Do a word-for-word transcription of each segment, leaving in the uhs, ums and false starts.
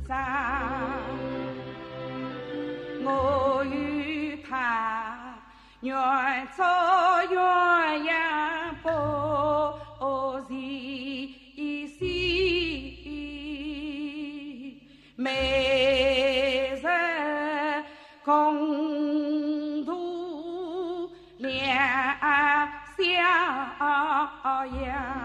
上，我与他越走越远，不离兮，每日共度两小样。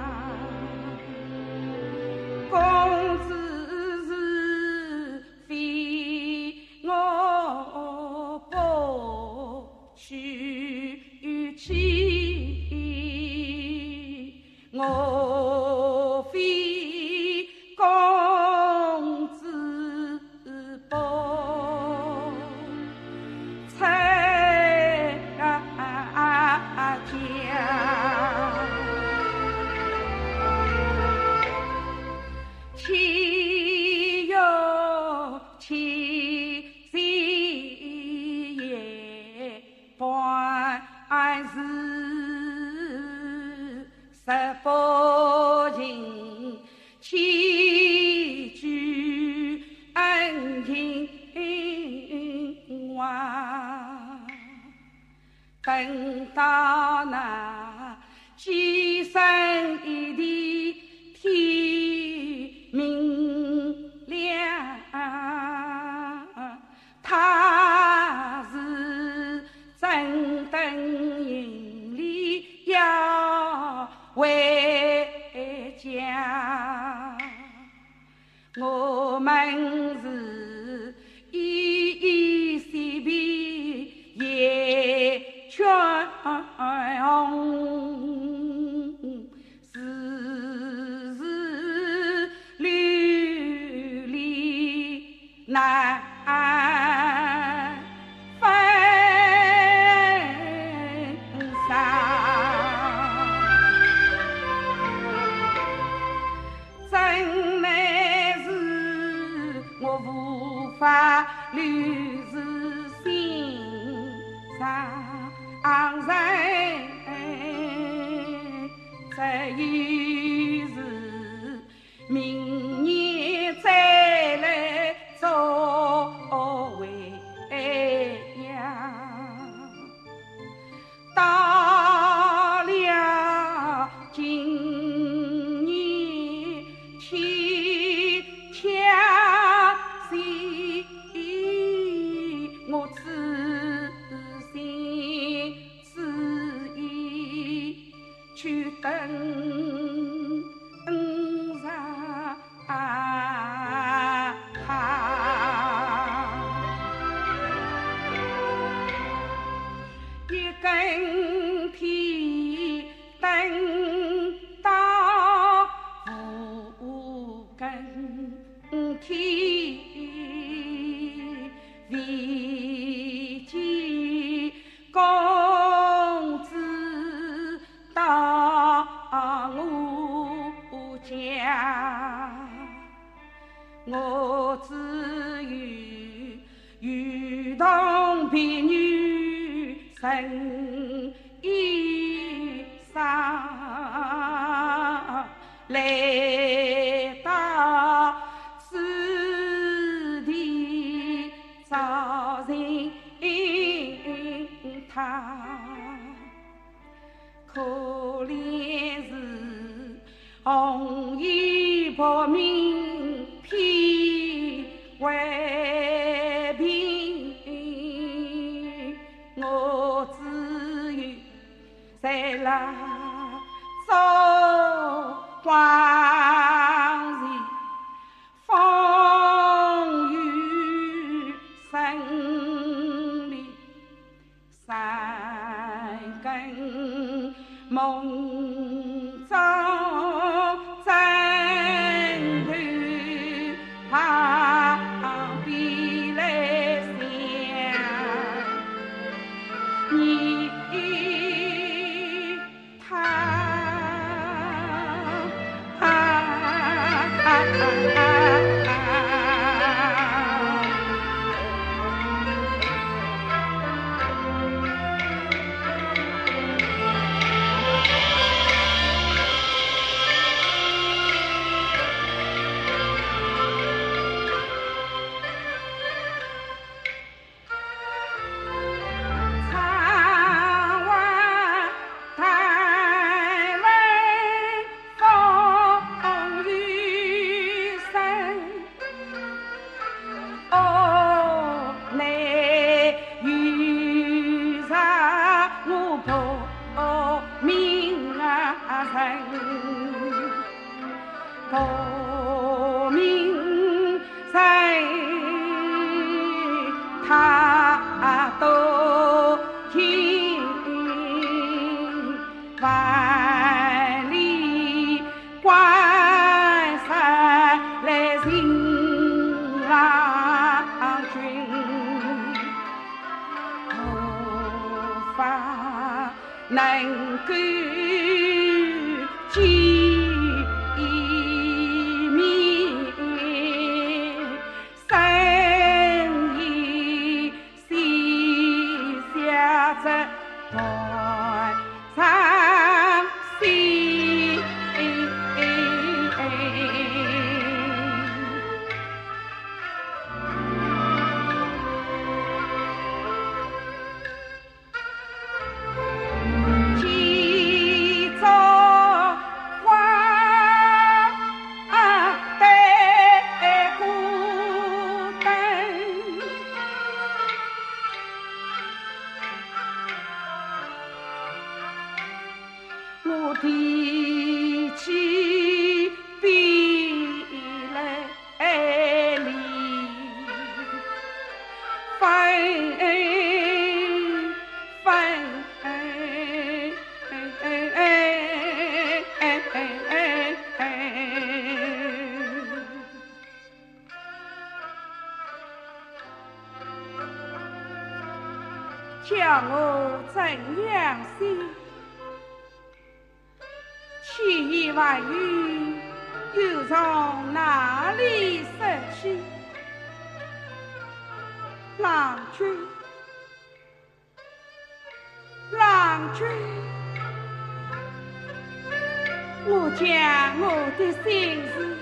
公子是非我不娶妻，我非公子不拆家。岂有其心也，半是十不情，岂惧恩情话。等到那几生一地天明亮，他是真等营里要回家，我们是依依惜别也全红，时时流离难分散。真乃是我无法留是心上人，只有是明年再来作为呀。到了今年天强时，我此心此意去等上他。一根皮等到五根天，为见公子到我家，我只有如同婢女身衣裳，来到此地找寻他，可怜是红衣薄命偏为贫，我只有在那走荒日风雨胜利三更梦中枕头旁边来想你他。 能够见面，深夜写下这断肠心。我提起笔来里翻翻叫我怎样写？千言万语又从哪里说起？郎君，郎君，我将我的心事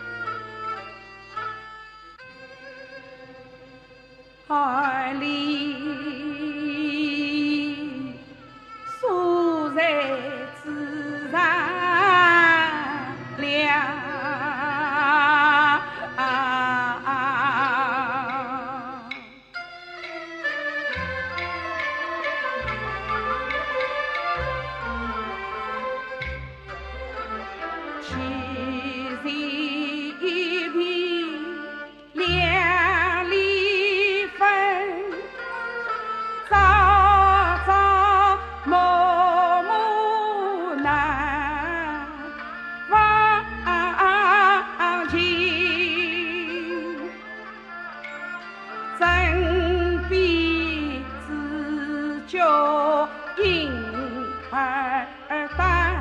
爱里诉在纸上了。其实一笔两离分，朝朝暮暮难忘情，怎比自教婴儿淡，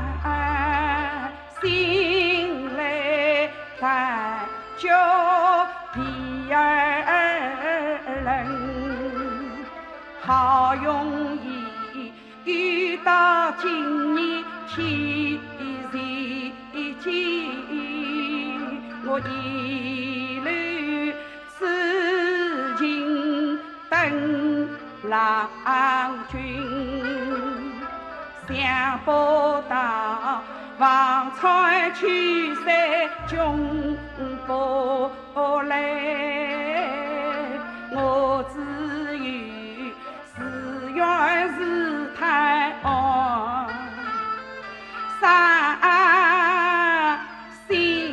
心来谈教皮儿人，好容易遇到今年天时间，我一路痴情等郎君，想不到望穿秋色穷不来，我只有自怨自叹伤心。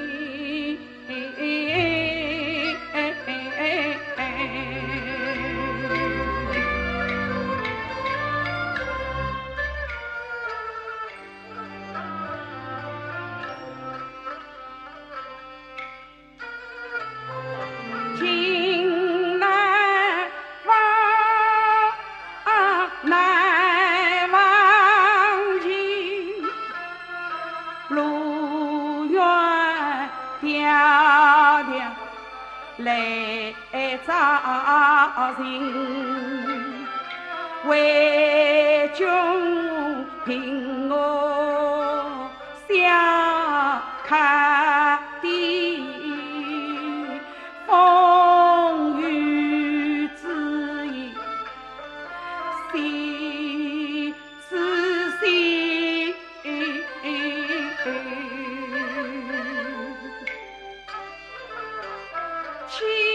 情难忘，难忘情，路远迢迢来找寻，为君凭我小客的风雨之意，心似心。情